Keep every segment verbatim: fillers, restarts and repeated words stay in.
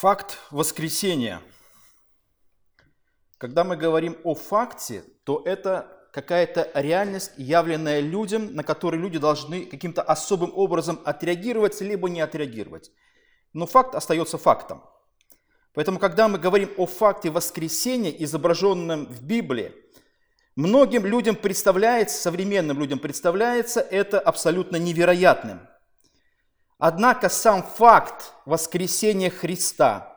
Факт воскресения. Когда мы говорим о факте, то это какая-то реальность, явленная людям, на которую люди должны каким-то особым образом отреагировать, либо не отреагировать. Но факт остается фактом. Поэтому, когда мы говорим о факте воскресения, изображенном в Библии, многим людям представляется, современным людям представляется это абсолютно невероятным. Однако сам факт воскресения Христа,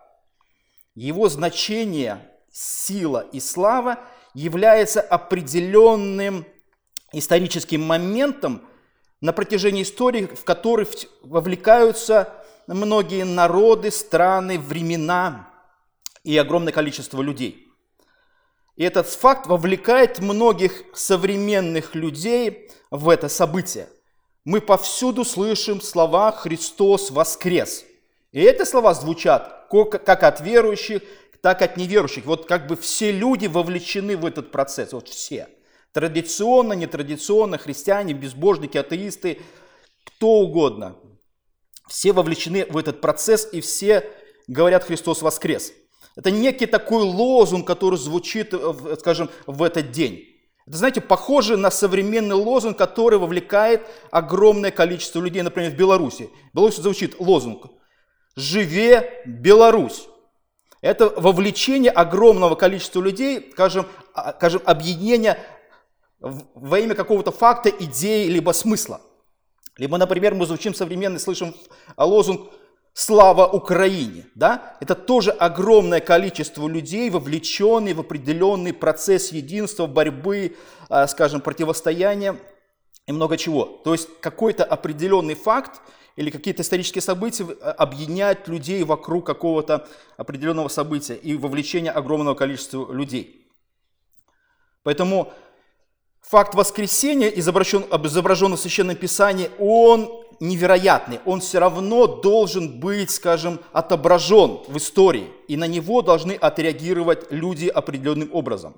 его значение, сила и слава является определенным историческим моментом на протяжении истории, в который вовлекаются многие народы, страны, времена и огромное количество людей. И этот факт вовлекает многих современных людей в это событие. Мы повсюду слышим слова «Христос воскрес». И эти слова звучат как от верующих, так и от неверующих. Вот как бы все люди вовлечены в этот процесс, вот все. Традиционно, нетрадиционно, христиане, безбожники, атеисты, кто угодно. Все вовлечены в этот процесс и все говорят «Христос воскрес». Это некий такой лозунг, который звучит, скажем, в этот день. Это, знаете, похоже на современный лозунг, который вовлекает огромное количество людей, например, в Беларуси. В Беларуси звучит лозунг «Живе Беларусь». Это вовлечение огромного количества людей, скажем, скажем, объединение во имя какого-то факта, идеи, либо смысла. Либо, например, мы звучим современно, слышим лозунг «Слава Украине». Да? Это тоже огромное количество людей, вовлеченные в определенный процесс единства, борьбы, скажем, противостояния и много чего. То есть какой-то определенный факт или какие-то исторические события объединяют людей вокруг какого-то определенного события и вовлечения огромного количества людей. Поэтому факт воскресения, изображен, изображенный в Священном Писании, он невероятный. Он все равно должен быть, скажем, отображен в истории. И на него должны отреагировать люди определенным образом.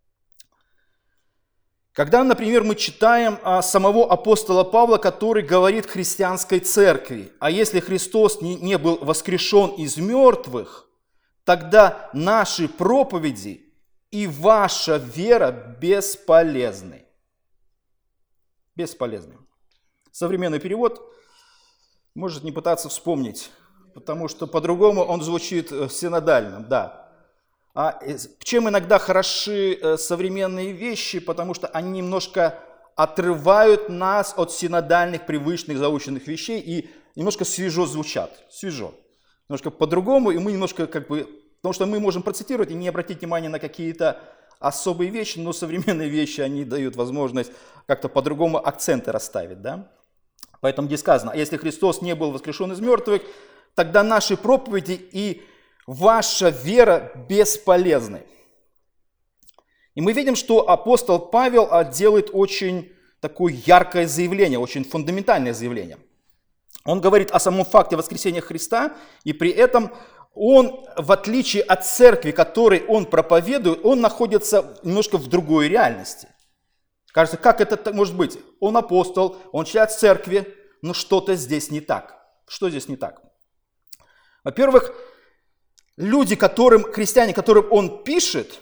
Когда, например, мы читаем самого апостола Павла, который говорит христианской церкви, а если Христос не был воскрешен из мертвых, тогда наши проповеди и ваша вера бесполезны. Бесполезны. Современный перевод может не пытаться вспомнить, потому что по-другому он звучит синодально, да. А чем иногда хороши современные вещи, потому что они немножко отрывают нас от синодальных, привычных, заученных вещей и немножко свежо звучат, свежо. Немножко по-другому, и мы немножко как бы, потому что мы можем процитировать и не обратить внимания на какие-то особые вещи, но современные вещи, они дают возможность как-то по-другому акценты расставить, да. Поэтому здесь сказано, если Христос не был воскрешен из мертвых, тогда наши проповеди и ваша вера бесполезны. И мы видим, что апостол Павел делает очень такое яркое заявление, очень фундаментальное заявление. Он говорит о самом факте воскресения Христа, и при этом он, в отличие от церкви, которой он проповедует, он находится немножко в другой реальности. Кажется, как это может быть? Он апостол, он член церкви, но что-то здесь не так. Что здесь не так? Во-первых, люди, которым, христиане, которым он пишет,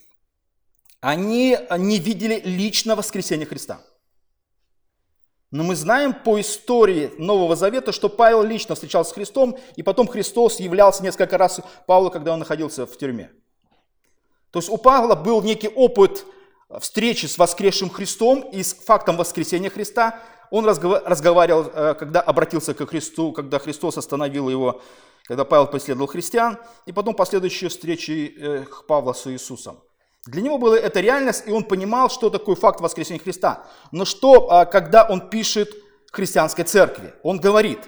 они не видели лично воскресения Христа. Но мы знаем по истории Нового Завета, что Павел лично встречался с Христом, и потом Христос являлся несколько раз Павлу, когда он находился в тюрьме. То есть у Павла был некий опыт встречи с воскресшим Христом и с фактом воскресения Христа. Он разговаривал, когда обратился к Христу, когда Христос остановил его, когда Павел преследовал христиан, и потом последующие встречи Павла с Иисусом. Для него была это реальность, и он понимал, что такое факт воскресения Христа. Но что, когда он пишет христианской церкви? Он говорит,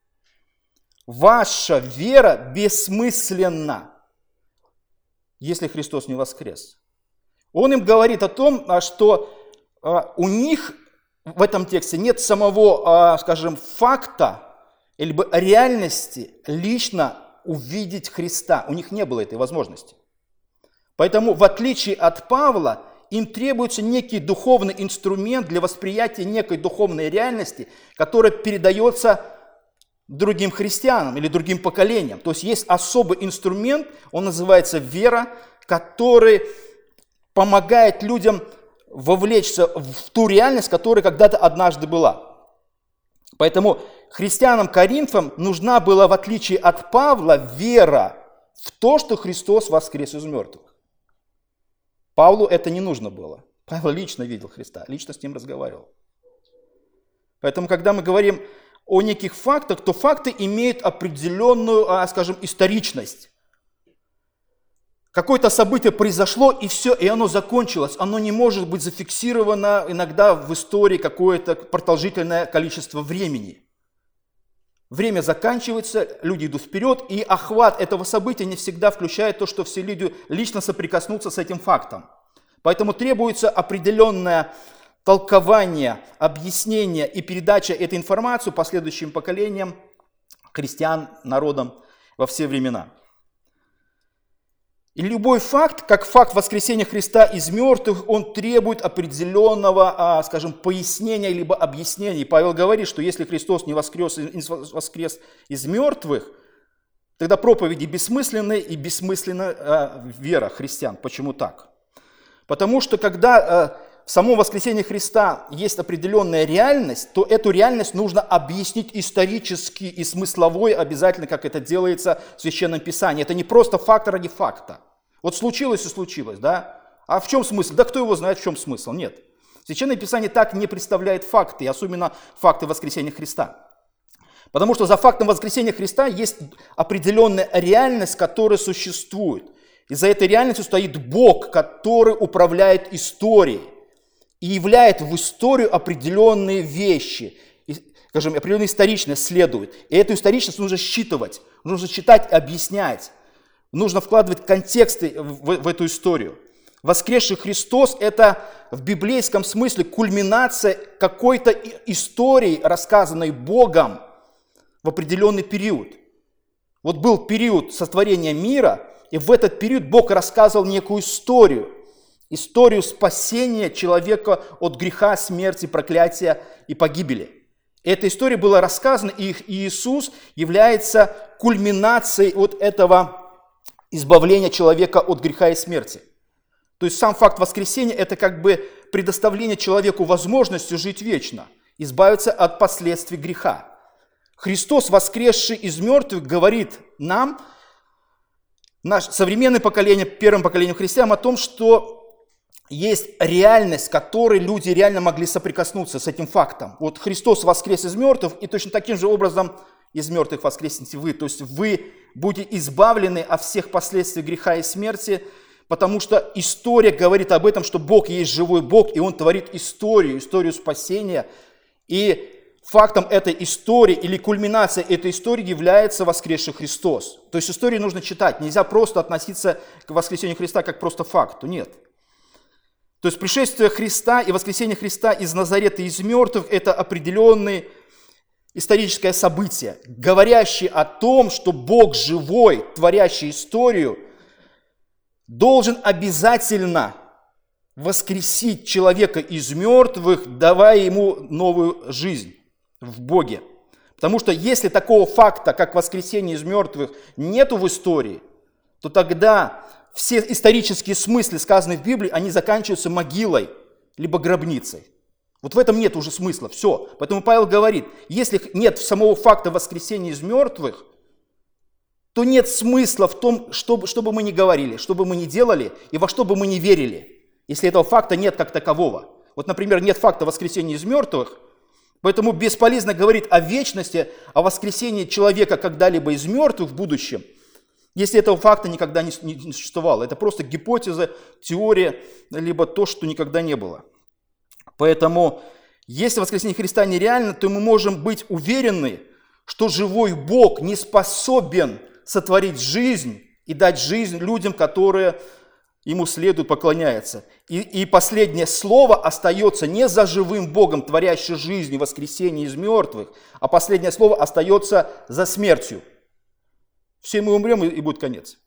ваша вера бессмысленна, если Христос не воскрес. Он им говорит о том, что у них в этом тексте нет самого, скажем, факта, либо реальности лично увидеть Христа. У них не было этой возможности. Поэтому, в отличие от Павла, им требуется некий духовный инструмент для восприятия некой духовной реальности, которая передается другим христианам или другим поколениям. То есть есть особый инструмент, он называется вера, который помогает людям вовлечься в ту реальность, которая когда-то однажды была. Поэтому христианам Коринфам нужна была, в отличие от Павла, вера в то, что Христос воскрес из мертвых. Павлу это не нужно было. Павел лично видел Христа, лично с ним разговаривал. Поэтому, когда мы говорим о неких фактах, то факты имеют определенную, скажем, историчность. Какое-то событие произошло, и все, и оно закончилось. Оно не может быть зафиксировано иногда в истории какое-то продолжительное количество времени. Время заканчивается, люди идут вперед, и охват этого события не всегда включает то, что все люди лично соприкоснутся с этим фактом. Поэтому требуется определенное толкование, объяснение и передача этой информации последующим поколениям христиан, народам во все времена. И любой факт, как факт воскресения Христа из мертвых, он требует определенного, скажем, пояснения либо объяснения. И Павел говорит, что если Христос не воскрес, воскрес из мертвых, тогда проповеди бессмысленны и бессмысленна вера христиан. Почему так? Потому что когда в самом воскресении Христа есть определенная реальность, то эту реальность нужно объяснить исторически и смысловой обязательно, как это делается в Священном Писании. Это не просто факт ради факта. Вот случилось и случилось, да? А в чем смысл? Да кто его знает, в чем смысл? Нет. Священное Писание так не представляет факты, особенно факты воскресения Христа. Потому что за фактом воскресения Христа есть определенная реальность, которая существует. И за этой реальностью стоит Бог, который управляет историей и являет в историю определенные вещи, и, скажем, определенные историчность следует. И эту историчность нужно считывать, нужно читать и объяснять. Нужно вкладывать контексты в, в эту историю. Воскресший Христос – это в библейском смысле кульминация какой-то истории, рассказанной Богом в определенный период. Вот был период сотворения мира, и в этот период Бог рассказывал некую историю. Историю спасения человека от греха, смерти, проклятия и погибели. Эта история была рассказана, и Иисус является кульминацией вот этого избавления человека от греха и смерти. То есть сам факт воскресения – это как бы предоставление человеку возможности жить вечно, избавиться от последствий греха. Христос, воскресший из мертвых, говорит нам, наше современное поколение, первым поколением христиан, о том, что есть реальность, с которой люди реально могли соприкоснуться с этим фактом. Вот Христос воскрес из мертвых, и точно таким же образом из мертвых воскреснете вы. То есть вы будете избавлены от всех последствий греха и смерти, потому что история говорит об этом, что Бог есть живой Бог, и Он творит историю, историю спасения. И фактом этой истории или кульминацией этой истории является воскресший Христос. То есть историю нужно читать, нельзя просто относиться к воскресению Христа как просто факту, нет. То есть пришествие Христа и воскресение Христа из Назарета из мертвых – это определенное историческое событие, говорящее о том, что Бог живой, творящий историю, должен обязательно воскресить человека из мертвых, давая ему новую жизнь в Боге. Потому что если такого факта, как воскресение из мертвых, нету в истории, то тогда все исторические смыслы, сказанные в Библии, они заканчиваются могилой, либо гробницей. Вот в этом нет уже смысла, все. Поэтому Павел говорит, если нет самого факта воскресения из мертвых, то нет смысла в том, что, что бы мы ни говорили, что бы мы ни делали и во что бы мы ни верили, если этого факта нет как такового. Вот, например, нет факта воскресения из мертвых, поэтому бесполезно говорить о вечности, о воскресении человека когда-либо из мертвых в будущем, если этого факта никогда не, не существовало. Это просто гипотеза, теория, либо то, что никогда не было. Поэтому, если воскресение Христа нереально, то мы можем быть уверены, что живой Бог не способен сотворить жизнь и дать жизнь людям, которые Ему следуют, поклоняются. И, и последнее слово остается не за живым Богом, творящим жизнь и воскресение из мертвых, а последнее слово остается за смертью. Все мы умрем, и будет конец.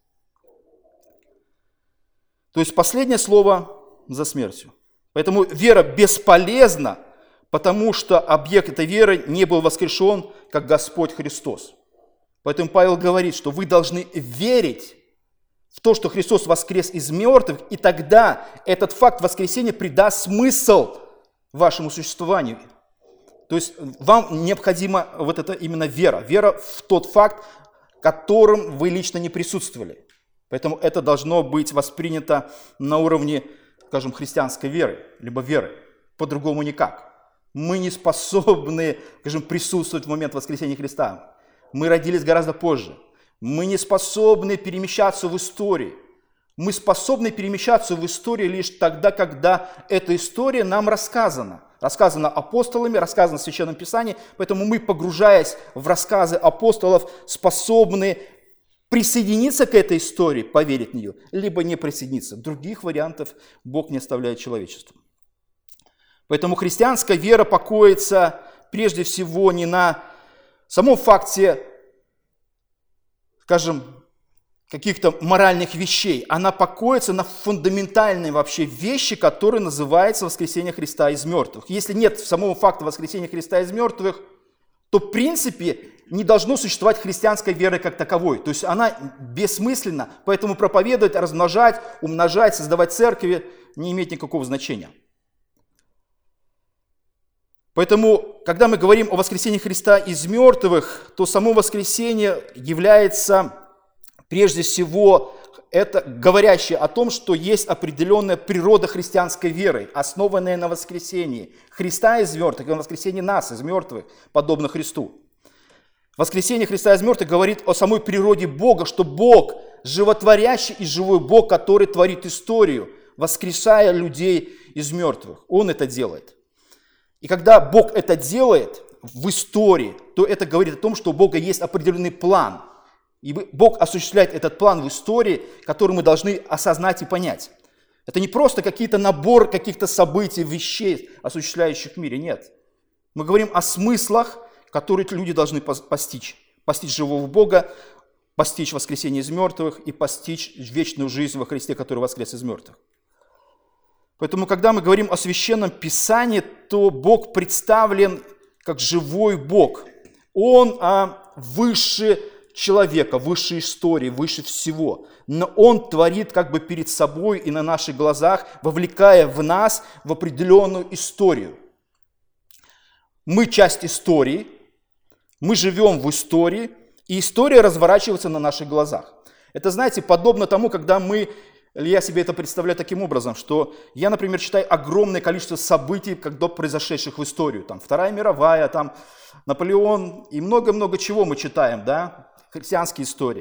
То есть последнее слово за смертью. Поэтому вера бесполезна, потому что объект этой веры не был воскрешен, как Господь Христос. Поэтому Павел говорит, что вы должны верить в то, что Христос воскрес из мертвых, и тогда этот факт воскресения придаст смысл вашему существованию. То есть вам необходима вот эта именно вера. Вера в тот факт, которым вы лично не присутствовали. Поэтому это должно быть воспринято на уровне, скажем, христианской веры, либо веры. По-другому никак. Мы не способны, скажем, присутствовать в момент воскресения Христа. Мы родились гораздо позже. Мы не способны перемещаться в истории. Мы способны перемещаться в истории лишь тогда, когда эта история нам рассказана. Рассказана апостолами, рассказана в Священном Писании. Поэтому мы, погружаясь в рассказы апостолов, способны присоединиться к этой истории, поверить в нее, либо не присоединиться. Других вариантов Бог не оставляет человечеству. Поэтому христианская вера покоится прежде всего не на самом факте, скажем, каких-то моральных вещей. Она покоится на фундаментальной вообще вещи, которая называется воскресение Христа из мертвых. Если нет самого факта воскресения Христа из мертвых, то в принципе не должно существовать христианской веры как таковой. То есть она бессмысленна, поэтому проповедовать, размножать, умножать, создавать церкви не имеет никакого значения. Поэтому, когда мы говорим о воскресении Христа из мертвых, то само воскресение является прежде всего это говорящее о том, что есть определенная природа христианской веры, основанная на воскресении Христа из мертвых и на воскресении нас из мертвых, подобно Христу. Воскресение Христа из мертвых говорит о самой природе Бога, что Бог животворящий и живой Бог, который творит историю, воскрешая людей из мертвых. Он это делает. И когда Бог это делает в истории, то это говорит о том, что у Бога есть определенный план. И Бог осуществляет этот план в истории, который мы должны осознать и понять. Это не просто какие-то набор каких-то событий, вещей, осуществляющих в мире. Нет. Мы говорим о смыслах, которые люди должны постичь. Постичь живого Бога, постичь воскресение из мертвых и постичь вечную жизнь во Христе, который воскрес из мертвых. Поэтому, когда мы говорим о Священном Писании, то Бог представлен как живой Бог. Он а, выше человека, выше истории, выше всего. Но Он творит как бы перед собой и на наших глазах, вовлекая в нас в определенную историю. Мы часть истории, мы живем в истории, и история разворачивается на наших глазах. Это, знаете, подобно тому, когда мы... Я себе это представляю таким образом, что я, например, читаю огромное количество событий, когда произошедших в историю. Там Вторая мировая, там Наполеон и много-много чего мы читаем, да, христианские истории.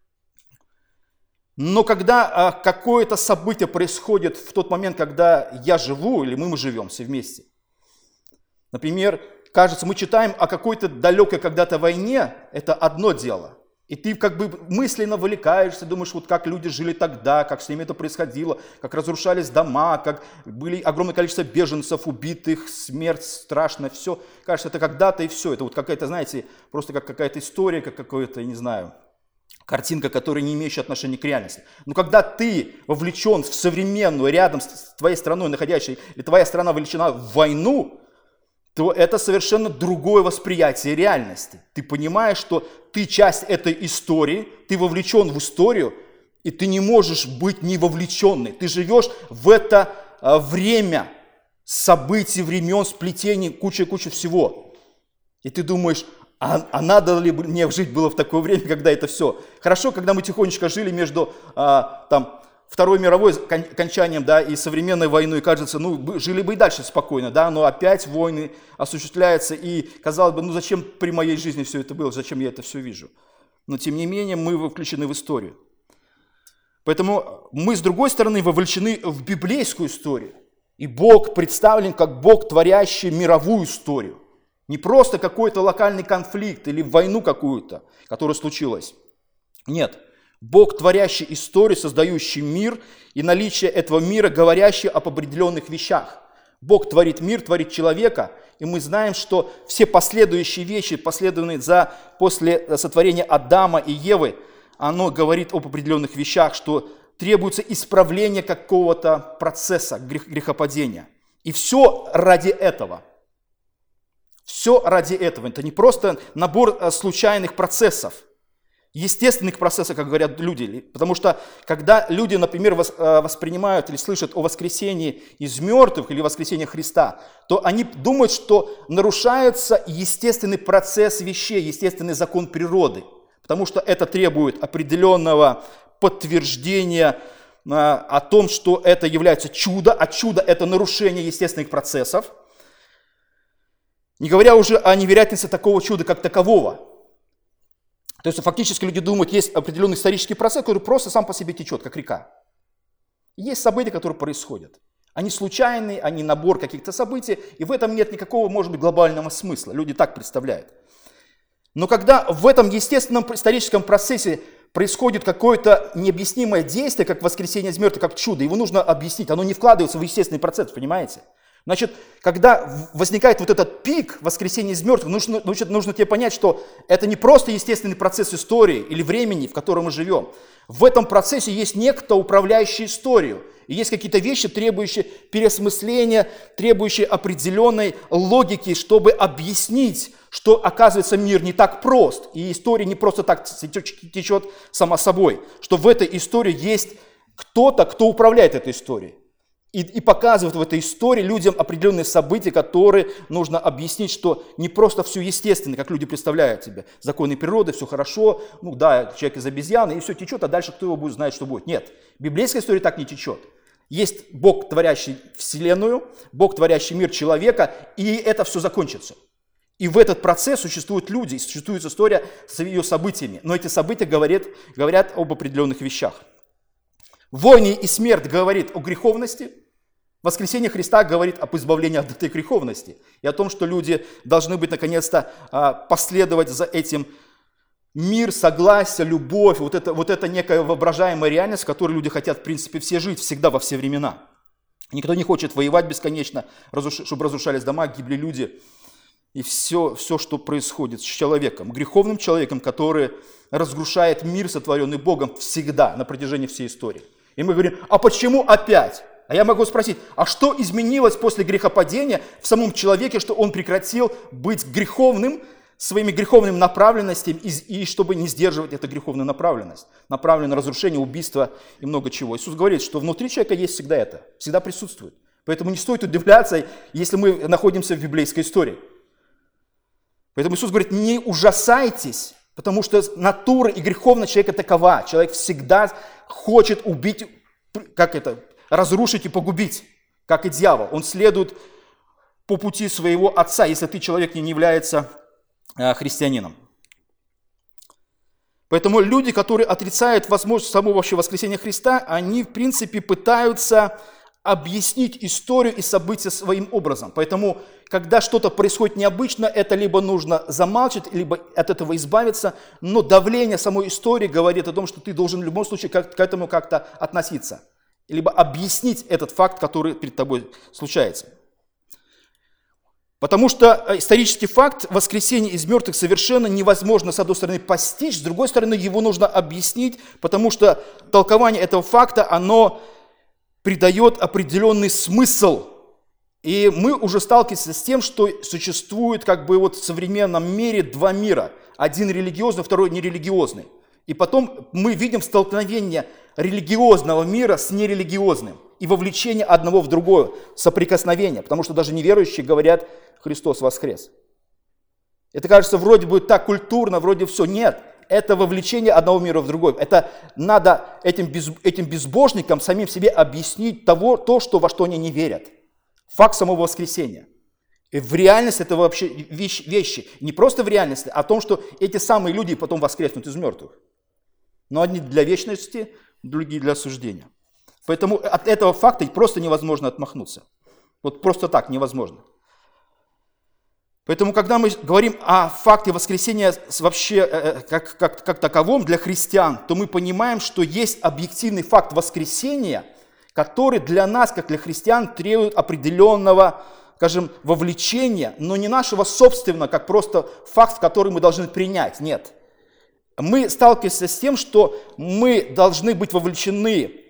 Но когда а, какое-то событие происходит в тот момент, когда я живу или мы, мы живем все вместе. Например, кажется, мы читаем о какой-то далекой когда-то войне, это одно дело. И ты как бы мысленно вовлекаешься, думаешь, вот как люди жили тогда, как с ними это происходило, как разрушались дома, как были огромное количество беженцев, убитых, смерть страшная, все. Кажется, это когда-то и все. Это вот какая-то, знаете, просто как какая-то история, как какая-то, не знаю, картинка, которая не имеющая отношения к реальности. Но когда ты вовлечен в современную, рядом с твоей страной находящей, или твоя страна вовлечена в войну, то это совершенно другое восприятие реальности. Ты понимаешь, что ты часть этой истории, ты вовлечен в историю, и ты не можешь быть не вовлеченный. Ты живешь в это время событий, времен, сплетений, куча-куча всего. И ты думаешь, а, а надо ли мне жить было в такое время, когда это все? Хорошо, когда мы тихонечко жили между а, там, Второй мировой окончанием, да, и современной войной, кажется, ну, жили бы и дальше спокойно, да, но опять войны осуществляются, и казалось бы, ну, зачем при моей жизни все это было, зачем я это все вижу? Но, тем не менее, мы включены в историю. Поэтому мы, с другой стороны, вовлечены в библейскую историю. И Бог представлен как Бог, творящий мировую историю. Не просто какой-то локальный конфликт или войну какую-то, которая случилась. Нет. Бог, творящий историю, создающий мир, и наличие этого мира, говорящий об определенных вещах. Бог творит мир, творит человека, и мы знаем, что все последующие вещи, последовательные за, после сотворения Адама и Евы, оно говорит об определенных вещах, что требуется исправление какого-то процесса грех, грехопадения. И все ради этого. Все ради этого. Это не просто набор случайных процессов, естественных процессов, как говорят люди. Потому что когда люди, например, воспринимают или слышат о воскресении из мертвых или воскресении Христа, то они думают, что нарушается естественный процесс вещей, естественный закон природы. Потому что это требует определенного подтверждения о том, что это является чудо, а чудо – это нарушение естественных процессов. Не говоря уже о невероятности такого чуда, как такового. То есть фактически люди думают, есть определенный исторический процесс, который просто сам по себе течет, как река. Есть события, которые происходят. Они случайные, они набор каких-то событий, и в этом нет никакого, может быть, глобального смысла. Люди так представляют. Но когда в этом естественном историческом процессе происходит какое-то необъяснимое действие, как воскресение из мертвых, как чудо, его нужно объяснить, оно не вкладывается в естественный процесс, понимаете? Значит, когда возникает вот этот пик воскресения из мертвых, нужно, нужно, нужно тебе понять, что это не просто естественный процесс истории или времени, в котором мы живем. В этом процессе есть некто, управляющий историю. И есть какие-то вещи, требующие переосмысления, требующие определенной логики, чтобы объяснить, что, оказывается, мир не так прост. И история не просто так течет сама собой. Что в этой истории есть кто-то, кто управляет этой историей. И, и показывает в этой истории людям определенные события, которые нужно объяснить, что не просто все естественно, как люди представляют себе. Законы природы, все хорошо, ну да, человек из обезьяны, и все течет, а дальше кто его будет знать, что будет. Нет, библейская история так не течет. Есть Бог, творящий вселенную, Бог, творящий мир человека, и это все закончится. И в этот процесс существуют люди, существует история с ее событиями. Но эти события говорят, говорят об определенных вещах. Войны и смерть говорит о греховности. Воскресение Христа говорит об избавлении от этой греховности. И о том, что люди должны быть наконец-то последовать за этим. Мир, согласие, любовь, вот это, вот это некая воображаемая реальность, в которой люди хотят, в принципе, все жить, всегда, во все времена. Никто не хочет воевать бесконечно, чтобы разрушались дома, гибли люди. И все, все, что происходит с человеком, греховным человеком, который разрушает мир, сотворенный Богом, всегда, на протяжении всей истории. И мы говорим, а почему опять? А я могу спросить, а что изменилось после грехопадения в самом человеке, что он прекратил быть греховным, своими греховными направленностями, и, и чтобы не сдерживать эту греховную направленность, направленную на разрушение, убийство и много чего. Иисус говорит, что внутри человека есть всегда это, всегда присутствует. Поэтому не стоит удивляться, если мы находимся в библейской истории. Поэтому Иисус говорит, не ужасайтесь, потому что натура и греховность человека такова. Человек всегда хочет убить, как это, разрушить и погубить, как и дьявол. Он следует по пути своего отца, если ты человек не является христианином. Поэтому люди, которые отрицают возможность самого вообще воскресения Христа, они, в принципе, пытаются объяснить историю и события своим образом. Поэтому, когда что-то происходит необычно, это либо нужно замалчивать, либо от этого избавиться, но давление самой истории говорит о том, что ты должен в любом случае к этому как-то относиться, либо объяснить этот факт, который перед тобой случается. Потому что исторический факт воскресения из мертвых совершенно невозможно, с одной стороны, постичь, с другой стороны, его нужно объяснить, потому что толкование этого факта, оно придает определенный смысл. И мы уже сталкиваемся с тем, что существует как бы вот в современном мире два мира. Один религиозный, второй нерелигиозный. И потом мы видим столкновение религиозного мира с нерелигиозным. И вовлечение одного в другое, соприкосновение. Потому что даже неверующие говорят, Христос воскрес. Это кажется вроде бы так культурно, вроде все. Нет, это вовлечение одного мира в другой. Это надо этим, без, этим безбожникам самим себе объяснить того, то, что, во что они не верят. Факт самого воскресения. И в реальности это вообще вещи, вещи. Не просто в реальности, а о том, что эти самые люди потом воскреснут из мертвых. Но одни для вечности, другие для осуждения. Поэтому от этого факта просто невозможно отмахнуться. Вот просто так невозможно. Поэтому, когда мы говорим о факте воскресения вообще как, как, как таковом для христиан, то мы понимаем, что есть объективный факт воскресения, который для нас, как для христиан, требует определенного, скажем, вовлечения, но не нашего собственного, как просто факт, который мы должны принять. Нет. Мы сталкиваемся с тем, что мы должны быть вовлечены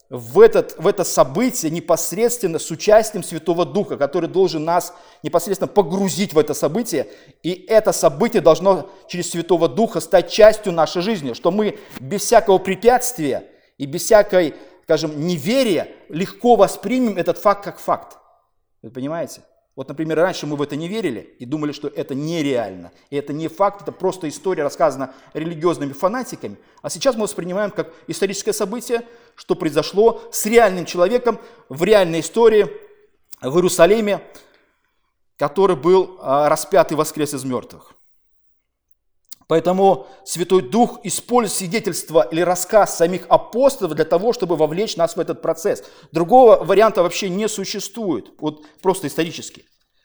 в, этот, в это событие непосредственно с участием Святого Духа, который должен нас непосредственно погрузить в это событие. И это событие должно через Святого Духа стать частью нашей жизни, что мы без всякого препятствия и без всякой, скажем, неверия легко воспримем этот факт как факт. Вы понимаете? Вот, например, раньше мы в это не верили и думали, что это нереально. И это не факт, это просто история, рассказана религиозными фанатиками. А сейчас мы воспринимаем как историческое событие, что произошло с реальным человеком в реальной истории в Иерусалиме, который был распят и воскрес из мертвых. Поэтому Святой Дух использует свидетельство или рассказ самих апостолов для того, чтобы вовлечь нас в этот процесс. Другого варианта вообще не существует, вот просто исторически.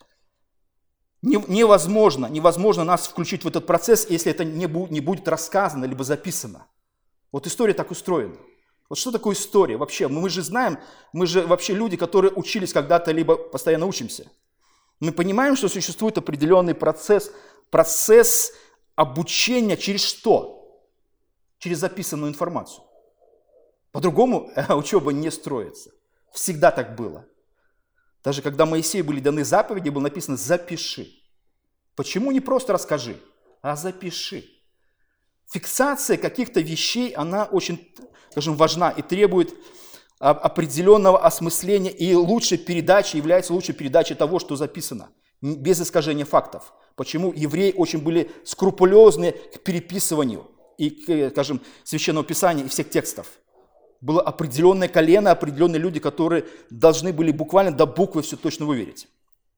Невозможно, невозможно нас включить в этот процесс, если это не будет рассказано, либо записано. Вот история так устроена. Вот что такое история вообще? Мы же знаем, мы же вообще люди, которые учились когда-то, либо постоянно учимся. Мы понимаем, что существует определенный процесс, процесс обучения через что? Через записанную информацию. По-другому учеба не строится. Всегда так было. Даже когда Моисею были даны заповеди, было написано «запиши». Почему не просто расскажи, а запиши? Фиксация каких-то вещей, она очень, скажем, важна и требует определенного осмысления, и лучшей передачей является лучшей передачей того, что записано, без искажения фактов. Почему евреи очень были скрупулезны к переписыванию и к, скажем, Священного Писания и всех текстов. Было определенное колено, определенные люди, которые должны были буквально до буквы все точно выверить.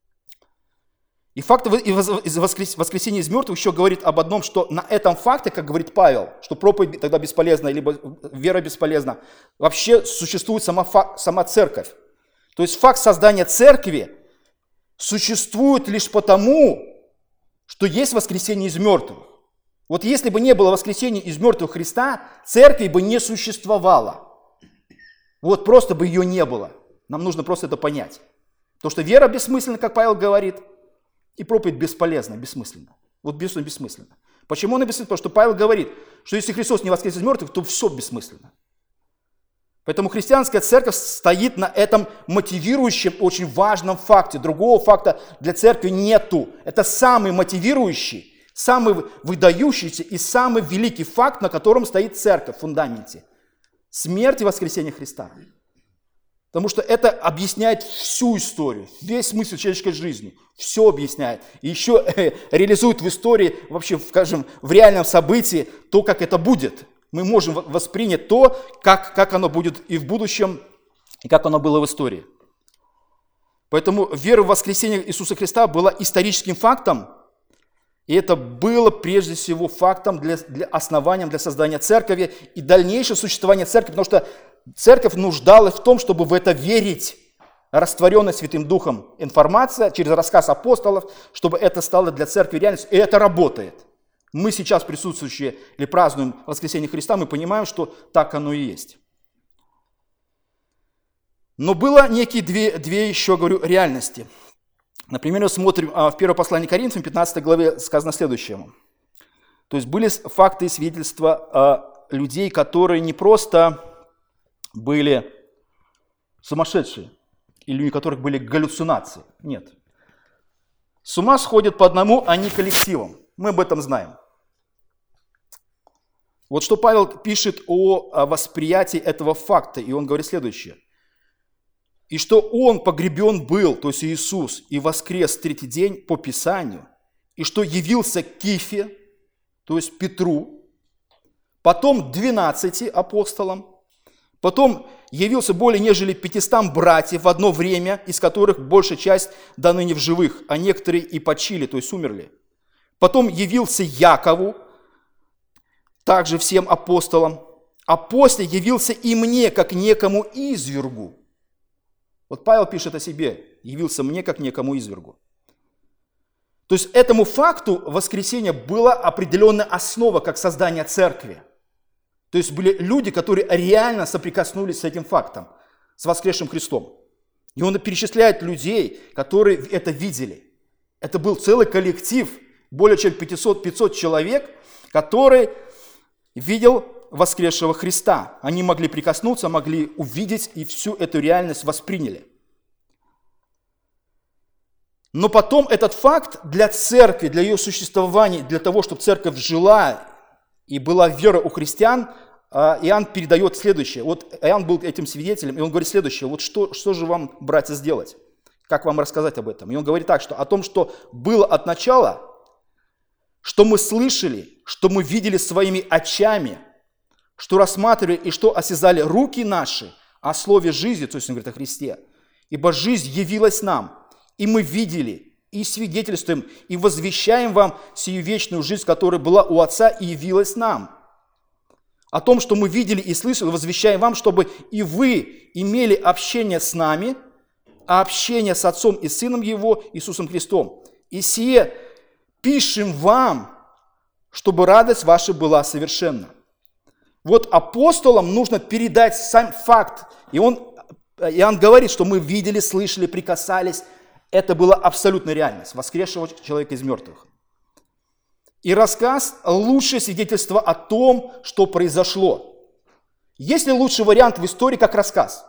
И факт из воскресения из мертвых еще говорит об одном, что на этом факте, как говорит Павел, что проповедь тогда бесполезна, либо вера бесполезна, вообще существует сама, факт, сама церковь. То есть факт создания церкви существует лишь потому, что есть воскресение из мертвых. Вот если бы не было воскресения из мертвых Христа, церкви бы не существовало. Вот просто бы ее не было. Нам нужно просто это понять. Потому что вера бессмысленна, как Павел говорит, и проповедь бесполезна, бессмысленна. Вот бессмысленно, бессмысленно. Почему она бессмысленна? Потому что Павел говорит, что если Христос не воскрес из мертвых, то все бессмысленно. Поэтому христианская церковь стоит на этом мотивирующем, очень важном факте. Другого факта для церкви нету. Это самый мотивирующий, самый выдающийся и самый великий факт, на котором стоит церковь в фундаменте. Смерть и воскресение Христа. Потому что это объясняет всю историю, весь смысл человеческой жизни. Все объясняет. И еще э, реализует в истории, вообще, скажем, в реальном событии то, как это будет. Мы можем воспринять то, как, как оно будет и в будущем, и как оно было в истории. Поэтому вера в воскресение Иисуса Христа была историческим фактом, и это было прежде всего фактом, для, для основанием для создания церкви и дальнейшего существования церкви, потому что церковь нуждалась в том, чтобы в это верить, растворенная Святым Духом информация через рассказ апостолов, чтобы это стало для церкви реальностью, и это работает. Мы сейчас присутствующие или празднуем воскресение Христа, мы понимаем, что так оно и есть. Но было некие две, две еще, говорю, реальности. Например, мы смотрим в первом послании к Коринфянам, пятнадцатой главе сказано следующее. То есть были факты и свидетельства людей, которые не просто были сумасшедшие, или у которых были галлюцинации. Нет. С ума сходят по одному, а не коллективом. Мы об этом знаем. Вот что Павел пишет о восприятии этого факта, и он говорит следующее. «И что он погребен был, то есть Иисус, и воскрес в третий день по Писанию, и что явился Кифе, то есть Петру, потом двенадцати апостолам, потом явился более нежели пятистам братьев в одно время, из которых большая часть до ныне в живых, а некоторые и почили, то есть умерли. Потом явился Якову, также всем апостолам, а после явился и мне, как некому извергу». Вот Павел пишет о себе, явился мне, как некому извергу. То есть этому факту воскресения была определенная основа, как создание церкви. То есть были люди, которые реально соприкоснулись с этим фактом, с воскресшим Христом. И он перечисляет людей, которые это видели. Это был целый коллектив, более чем пятьсот, пятьсот человек, который видел воскресшего Христа. Они могли прикоснуться, могли увидеть и всю эту реальность восприняли. Но потом этот факт для церкви, для ее существования, для того, чтобы церковь жила и была вера у христиан, Иоанн передает следующее. Вот Иоанн был этим свидетелем, и он говорит следующее. Вот что, что же вам, братья, сделать? Как вам рассказать об этом? И он говорит так, что о том, что было от начала, что мы слышали, что мы видели своими очами, что рассматривали и что осязали руки наши о слове жизни, то есть он говорит о Христе. Ибо жизнь явилась нам, и мы видели, и свидетельствуем, и возвещаем вам сию вечную жизнь, которая была у Отца и явилась нам. О том, что мы видели и слышали, возвещаем вам, чтобы и вы имели общение с нами, а общение с Отцом и Сыном Его, Иисусом Христом. И сие пишем вам, чтобы радость ваша была совершенна. Вот апостолам нужно передать сам факт. И он, Иоанн говорит, что мы видели, слышали, прикасались. Это была абсолютная реальность воскресшего человека из мертвых. И рассказ – лучшее свидетельство о том, что произошло. Есть ли лучший вариант в истории, как рассказ?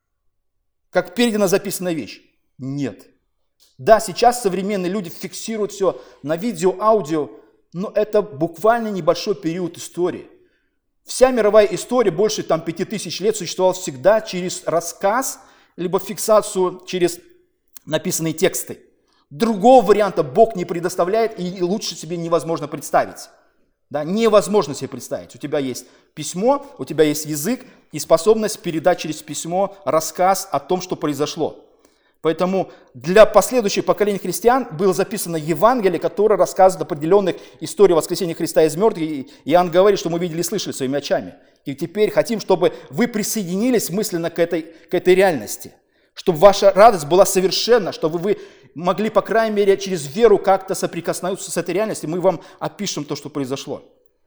Как передана записанная вещь? Нет. Да, сейчас современные люди фиксируют все на видео, аудио, но это буквально небольшой период истории. Вся мировая история, больше там, пяти тысяч лет, существовала всегда через рассказ, либо фиксацию через написанные тексты. Другого варианта Бог не предоставляет, и лучше себе невозможно представить. Да, невозможно себе представить. У тебя есть письмо, у тебя есть язык и способность передать через письмо рассказ о том, что произошло. Поэтому для последующих поколений христиан было записано Евангелие, которое рассказывает определенных историй воскресения Христа из мертвых. И Иоанн говорит, что мы видели и слышали своими очами. И теперь хотим, чтобы вы присоединились мысленно к этой, к этой реальности. Чтобы ваша радость была совершенна, чтобы вы могли, по крайней мере, через веру как-то соприкоснуться с этой реальностью. Мы вам опишем то, что произошло.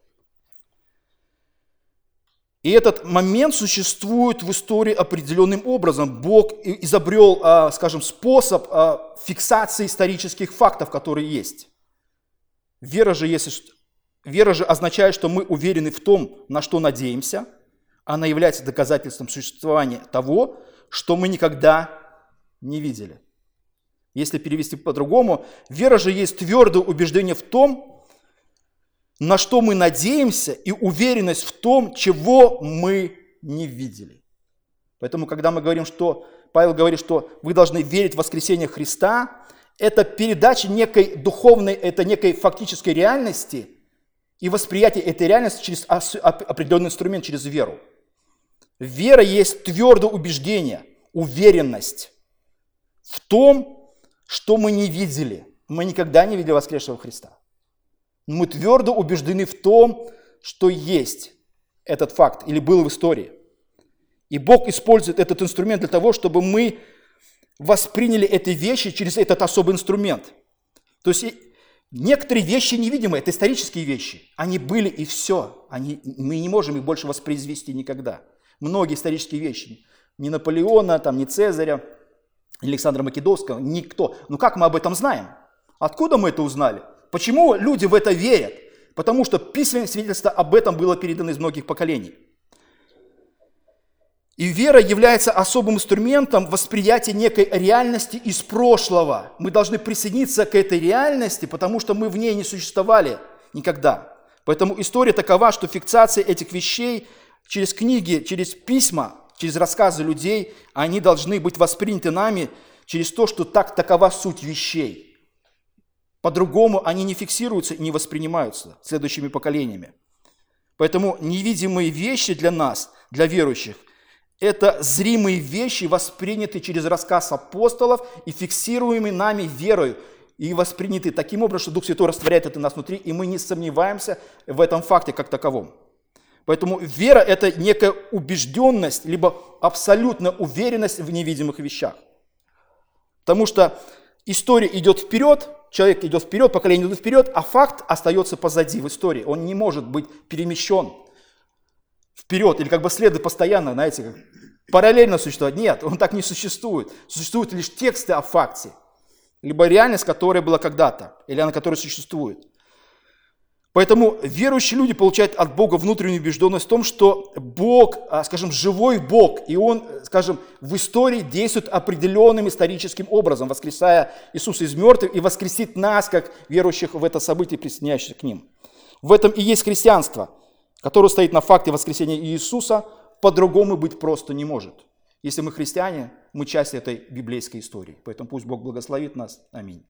И этот момент существует в истории определенным образом. Бог изобрел, скажем, способ фиксации исторических фактов, которые есть. Вера же, есть, вера же означает, что мы уверены в том, на что надеемся. Она является доказательством существования того, что мы никогда не видели. Если перевести по-другому, вера же есть твердое убеждение в том, на что мы надеемся, и уверенность в том, чего мы не видели. Поэтому, когда мы говорим, что Павел говорит, что вы должны верить в воскресение Христа, это передача некой духовной, это некой фактической реальности и восприятие этой реальности через определенный инструмент, через веру. Вера есть твердое убеждение, уверенность в том, что мы не видели. Мы никогда не видели воскресшего Христа. Но мы твердо убеждены в том, что есть этот факт или был в истории. И Бог использует этот инструмент для того, чтобы мы восприняли эти вещи через этот особый инструмент. То есть некоторые вещи невидимые, это исторические вещи. Они были и все. Они, мы не можем их больше воспроизвести никогда. Многие исторические вещи. Ни Наполеона, там, ни Цезаря, ни Александра Македонского, никто. Но как мы об этом знаем? Откуда мы это узнали? Почему люди в это верят? Потому что письменное свидетельство об этом было передано из многих поколений. И вера является особым инструментом восприятия некой реальности из прошлого. Мы должны присоединиться к этой реальности, потому что мы в ней не существовали никогда. Поэтому история такова, что фиксация этих вещей через книги, через письма, через рассказы людей, они должны быть восприняты нами через то, что так такова суть вещей. По-другому они не фиксируются и не воспринимаются следующими поколениями. Поэтому невидимые вещи для нас, для верующих, это зримые вещи, воспринятые через рассказ апостолов и фиксируемые нами верою, и восприняты таким образом, что Дух Святой растворяет это у нас внутри, и мы не сомневаемся в этом факте как таковом. Поэтому вера – это некая убежденность, либо абсолютная уверенность в невидимых вещах. Потому что история идет вперед, человек идет вперед, поколение идет вперед, а факт остается позади в истории. Он не может быть перемещен вперед или как бы следует постоянно, знаете, как параллельно существовать. Нет, он так не существует. Существуют лишь тексты о факте, либо реальность, которая была когда-то, или она, которая существует. Поэтому верующие люди получают от Бога внутреннюю убежденность в том, что Бог, скажем, живой Бог, и Он, скажем, в истории действует определенным историческим образом, воскресая Иисуса из мертвых и воскресит нас, как верующих в это событие, присоединяющихся к Ним. В этом и есть христианство, которое стоит на факте воскресения Иисуса, по-другому быть просто не может. Если мы христиане, мы часть этой библейской истории. Поэтому пусть Бог благословит нас. Аминь.